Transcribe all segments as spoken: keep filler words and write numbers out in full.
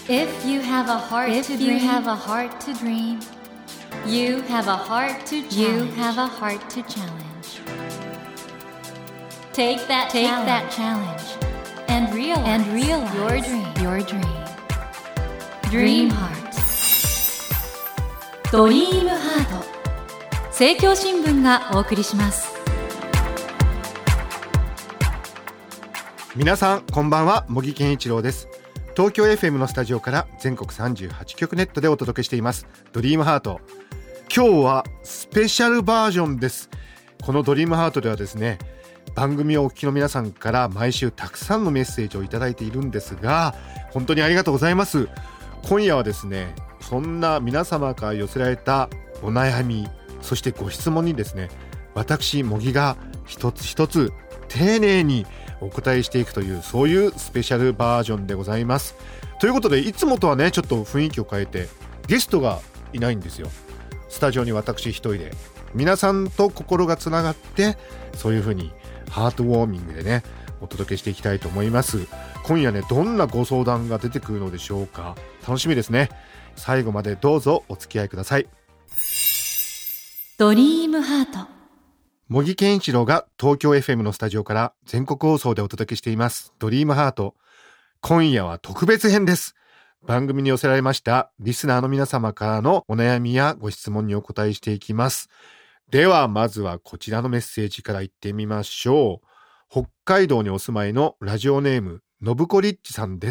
If you have a heart If to you dream, have a heart to dream, you have a heart to challenge. you have a heart to challenge. Take that Take challenge that challenge and realize, and realize your dream. your dream. Dream Dream Heart. ドリームハート。政教新聞がお送りします。 皆さんこんばんは、茂木健一郎です。東京 エフエム のスタジオから全国さんじゅうはちきょくネットでお届けしていますドリームハート。今日はスペシャルバージョンです。このドリームハートではですね、番組をお聞きの皆さんから毎週たくさんのメッセージをいただいているんですが、本当にありがとうございます。今夜はですね、そんな皆様から寄せられたお悩み、そしてご質問にですね、私茂木が一つ一つ丁寧にお答えしていくという、そういうスペシャルバージョンでございます。ということで、いつもとはねちょっと雰囲気を変えてゲストがいないんですよ。スタジオに私一人で皆さんと心がつながって、そういう風にハートウォーミングでねお届けしていきたいと思います。今夜ね、どんなご相談が出てくるのでしょうか。楽しみですね。最後までどうぞお付き合いください。 ドリームハート。 茂木健一郎が東京 エフエム のスタジオから全国放送でお届けしていますドリームハート。今夜は特別編です。番組に寄せられましたリスナーの皆様からのお悩みやご質問にお答えしていきます。ではまずはこちらのメッセージからいってみましょう。北海道にお住まいのラジオネームのぶこリッチさんです。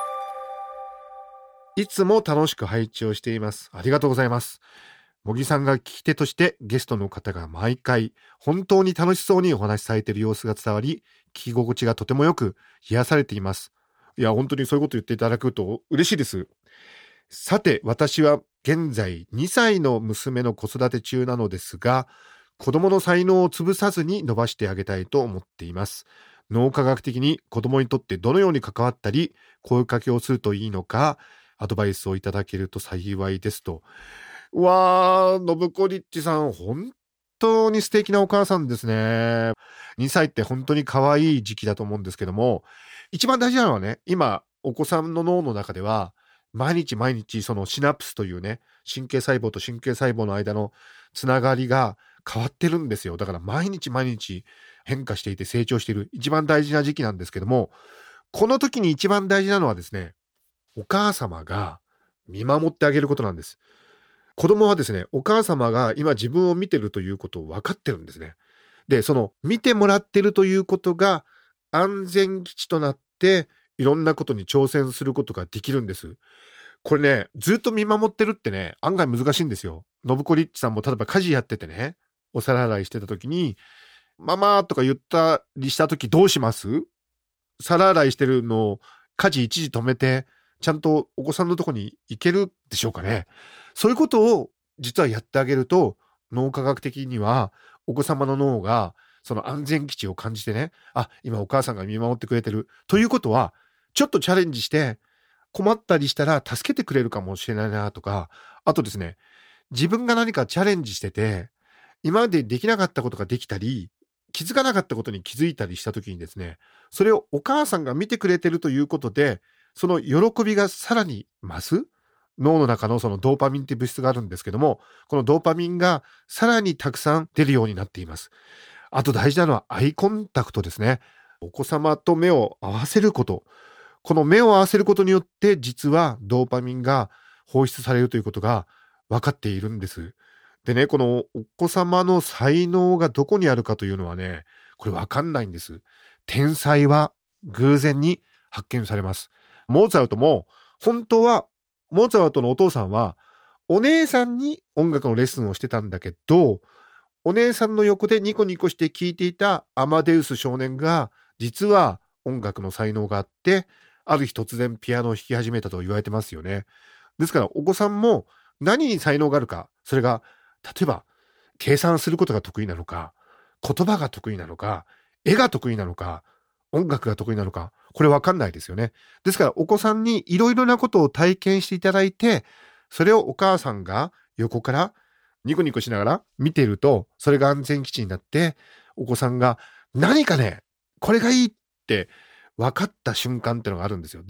いつも楽しく拝聴しています。ありがとうございます。茂木さんが聞き手としてゲストの方が毎回本当に楽しそうにお話しされている様子が伝わり、聞き心地がとてもよく癒されています。いや本当にそういうこと言っていただくと嬉しいです。さて、私は現在にさいの娘の子育て中なのですが、子供の才能を潰さずに伸ばしてあげたいと思っています。脳科学的に子供にとってどのように関わったり声かけをするといいのか、アドバイスをいただけると幸いですと。うわー、のぶこりっちさん、本当に素敵なお母さんですね。にさいって本当に可愛い時期だと思うんですけども、一番大事なのはね、今お子さんの脳の中では毎日毎日そのシナプスというね、神経細胞と神経細胞の間のつながりが変わってるんですよ。だから毎日毎日変化していて成長している一番大事な時期なんですけども、この時に一番大事なのはですね、お母様が見守ってあげることなんです。子供はですね、お母様が今自分を見てるということを分かってるんですね。で、その見てもらってるということが安全基地となっていろんなことに挑戦することができるんです。これね、ずっと見守ってるってね、案外難しいんですよ。のぶこリッチさんも例えば家事やっててね、お皿洗いしてた時にママとか言ったりした時どうします？皿洗いしてるのを家事一時止めてちゃんとお子さんのとこに行けるでしょうかね。そういうことを実はやってあげると、脳科学的にはお子様の脳がその安全基地を感じてね、あ、今お母さんが見守ってくれてるということは、ちょっとチャレンジして困ったりしたら助けてくれるかもしれないなとか、あとですね、自分が何かチャレンジしてて今までできなかったことができたり、気づかなかったことに気づいたりした時にですね、それをお母さんが見てくれてるということで、その喜びがさらに増す。脳の中のそのドーパミンっていう物質があるんですけども、このドーパミンがさらにたくさん出るようになっています。あと大事なのはアイコンタクトですね。お子様と目を合わせること。この目を合わせることによって実はドーパミンが放出されるということが分かっているんです。でね、このお子様の才能がどこにあるかというのはね、これ分かんないんです。天才は偶然に発見されます。モーツァルトも本当はモーツァルトのお父さんはお姉さんに音楽のレッスンをしてたんだけど、お姉さんの横でニコニコして聴いていたアマデウス少年が実は音楽の才能があって、ある日突然ピアノを弾き始めたと言われてますよね。ですからお子さんも何に才能があるか、それが例えば計算することが得意なのか、言葉が得意なのか、絵が得意なのか、音楽が得意なのか、これ分かんないですよね。ですからお子さんにいろいろなことを体験していただいて、それをお母さんが横からニコニコしながら見ていると、それが安全基地になって、お子さんが何かね、これがいいって分かった瞬間ってのがあるんですよ。で、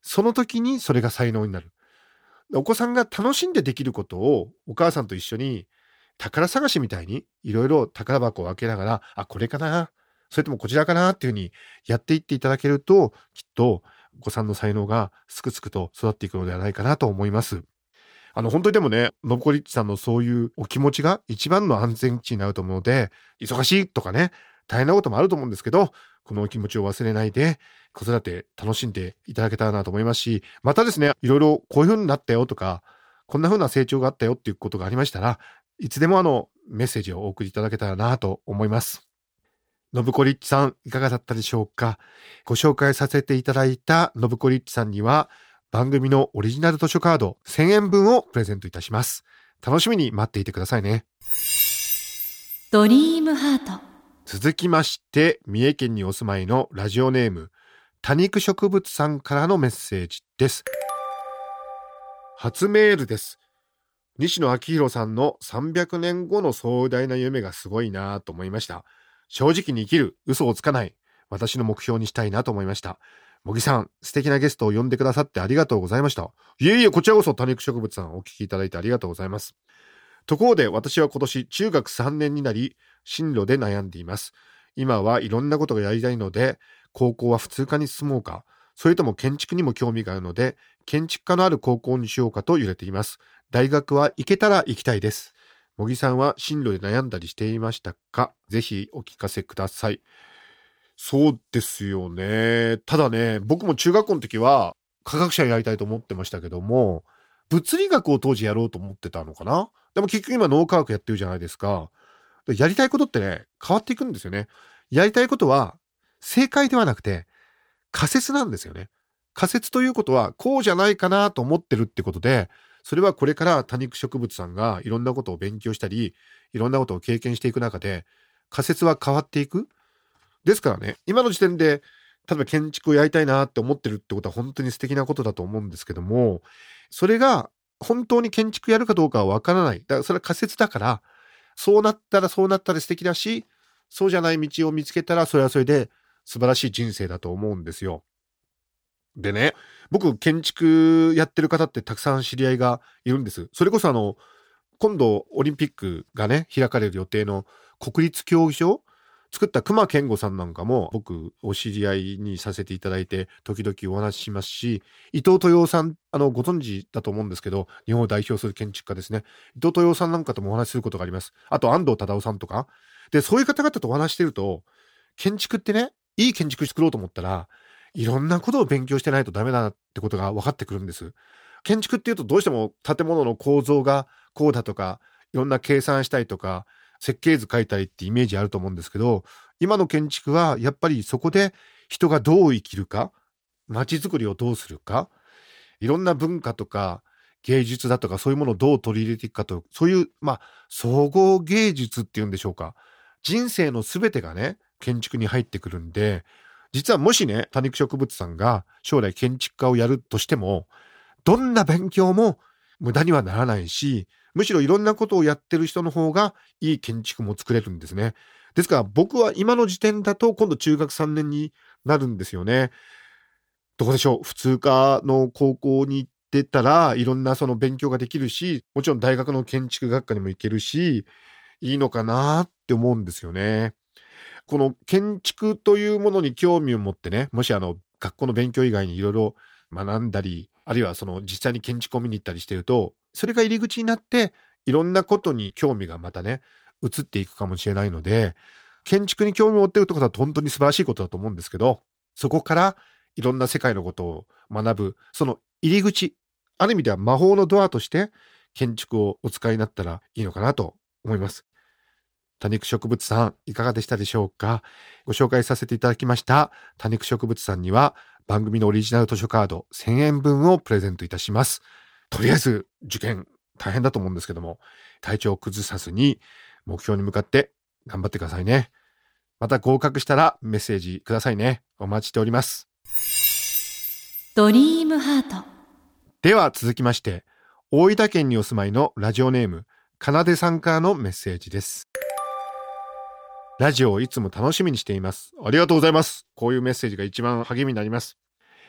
その時にそれが才能になる。お子さんが楽しんでできることをお母さんと一緒に宝探しみたいにいろいろ宝箱を開けながら、あ、これかな、それともこちらかなっていうふうにやっていっていただけると、きっとお子さんの才能がすくすくと育っていくのではないかなと思います。あの本当にでもね、のぶこリッチさんのそういうお気持ちが一番の安全地になると思うので、忙しいとかね、大変なこともあると思うんですけど、このお気持ちを忘れないで子育て楽しんでいただけたらなと思いますし、またですね、いろいろこういう風になったよとか、こんな風な成長があったよっていうことがありましたら、いつでもあのメッセージをお送りいただけたらなと思います。のぶこリッチさん、いかがだったでしょうか。ご紹介させていただいたのぶこリッチさんには、番組のオリジナル図書カードせんえんぶんをプレゼントいたします。楽しみに待っていてくださいね。 ドリームハート。 続きまして、三重県にお住まいのラジオネーム多肉植物さんからのメッセージです。初メールです。西野昭弘さんのさんびゃくねんごの壮大な夢がすごいなと思いました。正直に生きる、嘘をつかない、私の目標にしたいなと思いました。茂木さん、素敵なゲストを呼んでくださってありがとうございました。いえいえ、こちらこそ多肉植物さんお聞きいただいてありがとうございます。ところで私は今年中学さんねんになり、進路で悩んでいます。今はいろんなことがやりたいので、高校は普通科に進もうか、それとも建築にも興味があるので、建築科のある高校にしようかと揺れています。大学は行けたら行きたいです。茂木さんは進路で悩んだりしていましたか？ぜひお聞かせください。そうですよね。ただね、僕も中学校の時は科学者やりたいと思ってましたけども、物理学を当時やろうと思ってたのかな。でも結局今脳科学やってるじゃないですか。やりたいことってね、変わっていくんですよね。やりたいことは正解ではなくて仮説なんですよね。仮説ということはこうじゃないかなと思ってるってことで、それはこれから多肉植物さんがいろんなことを勉強したり、いろんなことを経験していく中で仮説は変わっていく。ですからね、今の時点で例えば建築をやりたいなって思ってるってことは本当に素敵なことだと思うんですけども、それが本当に建築やるかどうかはわからない。だからそれは仮説だから、そうなったらそうなったら素敵だし、そうじゃない道を見つけたらそれはそれで素晴らしい人生だと思うんですよ。でね、僕建築やってる方ってたくさん知り合いがいるんです。それこそあの今度オリンピックがね開かれる予定の国立競技場作った隈研吾さんなんかも僕お知り合いにさせていただいて時々お話ししますし、伊藤豊夫さん、あのご存知だと思うんですけど、日本を代表する建築家ですね。伊藤豊夫さんなんかともお話しすることがあります。あと安藤忠雄さんとかで、そういう方々とお話してると、建築ってね、いい建築作ろうと思ったらいろんなことを勉強してないとダメだなってことが分かってくるんです。建築っていうとどうしても建物の構造がこうだとか、いろんな計算したりとか設計図書いたりってイメージあると思うんですけど、今の建築はやっぱりそこで人がどう生きるか、街づくりをどうするか、いろんな文化とか芸術だとかそういうものをどう取り入れていくかと、そういうまあ総合芸術っていうんでしょうか、人生のすべてがね建築に入ってくるんで、実はもしね多肉植物さんが将来建築家をやるとしても、どんな勉強も無駄にはならないし、むしろいろんなことをやってる人の方がいい建築も作れるんですね。ですから僕は今の時点だと今度中学さんねんになるんですよね。どうでしょう、普通科の高校に行ってたらいろんなその勉強ができるし、もちろん大学の建築学科にも行けるし、いいのかなって思うんですよね。この建築というものに興味を持ってね、もしあの学校の勉強以外にいろいろ学んだり、あるいはその実際に建築を見に行ったりしてると、それが入り口になっていろんなことに興味がまたね移っていくかもしれないので、建築に興味を持っているってことは本当に素晴らしいことだと思うんですけど、そこからいろんな世界のことを学ぶ、その入り口、ある意味では魔法のドアとして建築をお使いになったらいいのかなと思います。多肉植物さん、いかがでしたでしょうか。ご紹介させていただきました多肉植物さんには番組のオリジナル図書カードせんえんぶんをプレゼントいたします。とりあえず受験大変だと思うんですけども、体調を崩さずに目標に向かって頑張ってくださいね。また合格したらメッセージくださいね。お待ちしております。 ドリームハート。 では続きまして、大分県にお住まいのラジオネームかなでさんからのメッセージです。ラジオをいつも楽しみにしています。ありがとうございます。こういうメッセージが一番励みになります。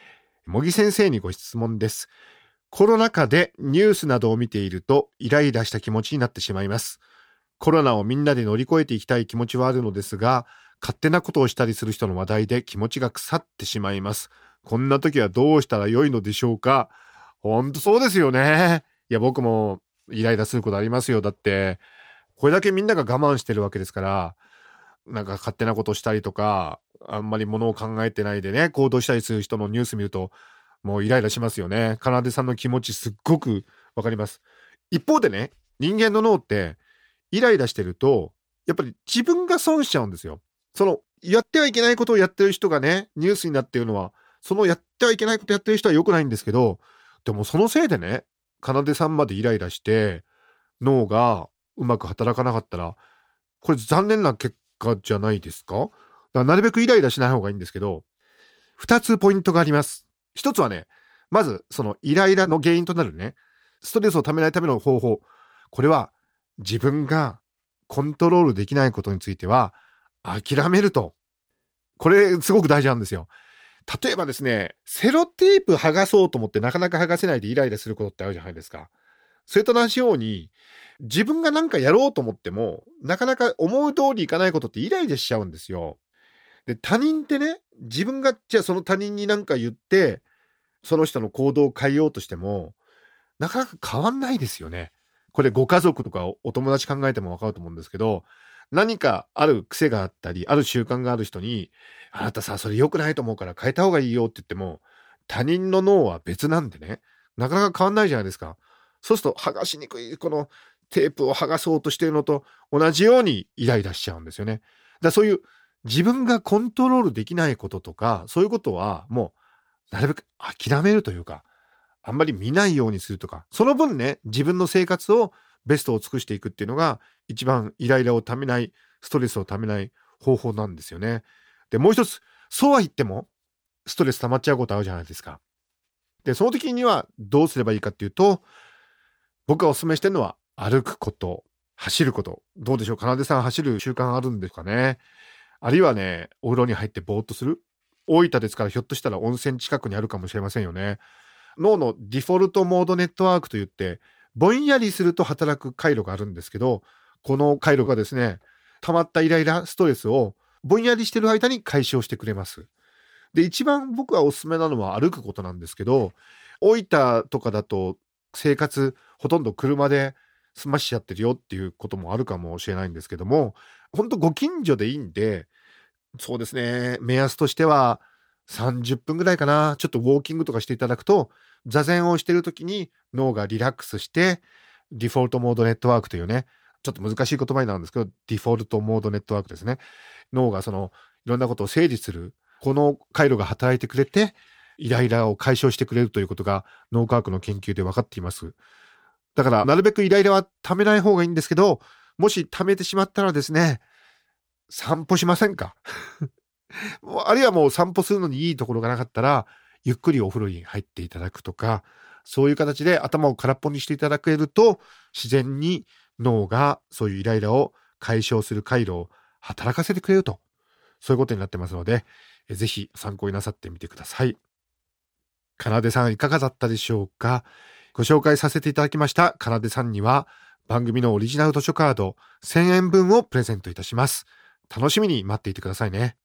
茂木先生にご質問です。コロナ禍でニュースなどを見ているとイライラした気持ちになってしまいます。コロナをみんなで乗り越えていきたい気持ちはあるのですが、勝手なことをしたりする人の話題で気持ちが腐ってしまいます。こんな時はどうしたらよいのでしょうか。ほんとそうですよね。いや僕もイライラすることありますよ。だってこれだけみんなが我慢してるわけですから、なんか勝手なことしたりとか、あんまりものを考えてないでね行動したりする人のニュース見るともうイライラしますよね。かなでさんの気持ちすっごくわかります。一方でね、人間の脳ってイライラしてるとやっぱり自分が損しちゃうんですよ。そのやってはいけないことをやってる人がねニュースになっているのは、そのやってはいけないことやってる人は良くないんですけど、でもそのせいでねかなでさんまでイライラして脳がうまく働かなかったら、これ残念な結果じゃないですか。だからなるべくイライラしない方がいいんですけど、ふたつポイントがあります。ひとつはね、まずそのイライラの原因となるねストレスをためないための方法、これは自分がコントロールできないことについては諦めると。これすごく大事なんですよ。例えばですね、セロテープ剥がそうと思ってなかなか剥がせないでイライラすることってあるじゃないですか。それと同じように自分が何かやろうと思ってもなかなか思う通りいかないことってイライラしちゃうんですよ。で、他人ってね、自分がじゃあその他人に何か言ってその人の行動を変えようとしてもなかなか変わんないですよね。これご家族とかお友達考えても分かると思うんですけど、何かある癖があったりある習慣がある人に、あなたさそれ良くないと思うから変えた方がいいよって言っても、他人の脳は別なんでね、なかなか変わんないじゃないですか。そうすると剥がしにくいこのテープを剥がそうとしているのと同じようにイライラしちゃうんですよね。だからそういう自分がコントロールできないこととか、そういうことはもうなるべく諦めるというか、あんまり見ないようにするとか、その分ね自分の生活をベストを尽くしていくっていうのが一番イライラをためない、ストレスをためない方法なんですよね。でもう一つ、そうは言ってもストレス溜まっちゃうことあるじゃないですか。でその時にはどうすればいいかっていうと、僕がお勧めしてるのは歩くこと、走ること。どうでしょう、かなでさん走る習慣あるんですかね。あるいはね、お風呂に入ってぼーっとする。大分ですからひょっとしたら温泉近くにあるかもしれませんよね。脳のデフォルトモードネットワークといってぼんやりすると働く回路があるんですけど、この回路がですね、溜まったイライラストレスをぼんやりしてる間に解消してくれます。で一番僕はおすすめなのは歩くことなんですけど、大分とかだと生活ほとんど車で済ましちゃってるよっていうこともあるかもしれないんですけども、本当ご近所でいいんで、そうですね、目安としてはさんじゅっぷんぐらいかな、ちょっとウォーキングとかしていただくと、座禅をしている時に脳がリラックスしてデフォルトモードネットワークというね、ちょっと難しい言葉になるんですけど、デフォルトモードネットワークですね。脳がそのいろんなことを整理するこの回路が働いてくれてイライラを解消してくれるということが脳科学の研究で分かっています。だからなるべくイライラはためない方がいいんですけど、もしためてしまったらですね、散歩しませんかあるいはもう散歩するのにいいところがなかったらゆっくりお風呂に入っていただくとか、そういう形で頭を空っぽにしていただけると自然に脳がそういうイライラを解消する回路を働かせてくれると、そういうことになってますので、ぜひ参考になさってみてください。かなでさんいかがだったでしょうか。ご紹介させていただきましたかなでさんには番組のオリジナル図書カードせんえん分をプレゼントいたします。楽しみに待っていてくださいね。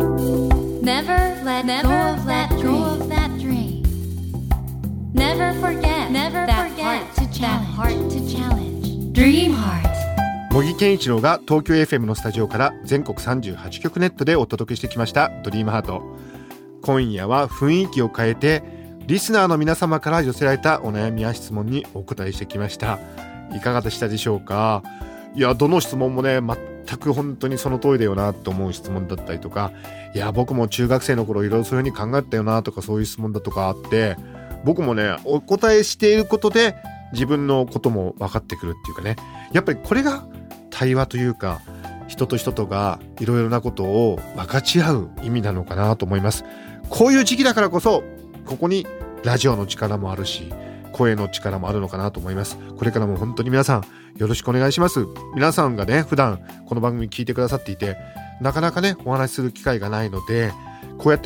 Never let go of that dream. Never forget that heart to challenge. Dream Heart. 茂木健一郎が東京 エフエム のスタジオから全国さんじゅうはちきょくネットでお届けしてきましたドリームハート。今夜は雰囲気を変えてリスナーの皆様から寄せられたお悩みや質問にお答えしてきました。いかがでしたでしょうか。いや、どの質問もね全く本当にその通りだよなと思う質問だったりとか、いや僕も中学生の頃いろいろそういう風に考えたよなとか、そういう質問だとかあって、僕もねお答えしていることで自分のことも分かってくるっていうかね、やっぱりこれが対話というか、人と人とがいろいろなことを分かち合う意味なのかなと思います。こういう時期だからこそここにラジオの力もあるし声の力もあるのかなと思います。これからも本当に皆さんよろしくお願いします。皆さんがね普段この番組聞いてくださっていて、なかなかねお話しする機会がないので、こうやってね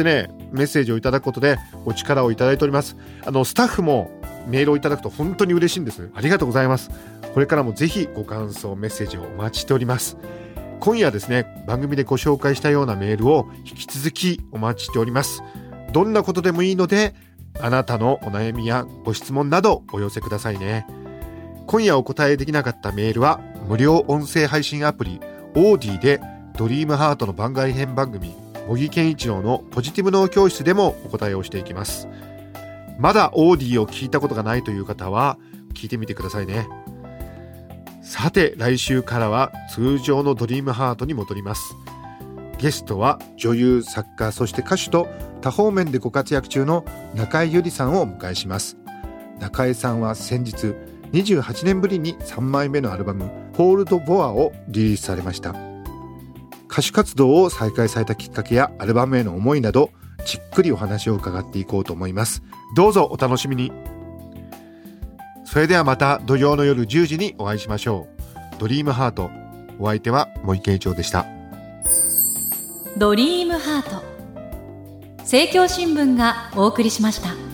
メッセージをいただくことでお力をいただいております。あのスタッフもメールをいただくと本当に嬉しいんです。ありがとうございます。これからもぜひご感想メッセージをお待ちしております。今夜ですね、番組でご紹介したようなメールを引き続きお待ちしております。どんなことでもいいので、あなたのお悩みやご質問などお寄せくださいね。今夜お答えできなかったメールは無料音声配信アプリオーディでドリームハートの番外編番組茂木健一郎のポジティブ脳教室でもお答えをしていきます。まだオーディを聞いたことがないという方は聞いてみてくださいね。さて、来週からは通常のドリームハートに戻ります。ゲストは女優、作家、そして歌手と多方面でご活躍中の中井ゆりさんをお迎えします。中井さんは先日にじゅうはちねんぶりにさんまいめのアルバムホールドボアをリリースされました。歌手活動を再開されたきっかけやアルバムへの思いなど、じっくりお話を伺っていこうと思います。どうぞお楽しみに。それではまた土曜の夜じゅうじにお会いしましょう。ドリームハート、お相手は茂木健一郎でした。 ドリームハート、政教新聞がお送りしました。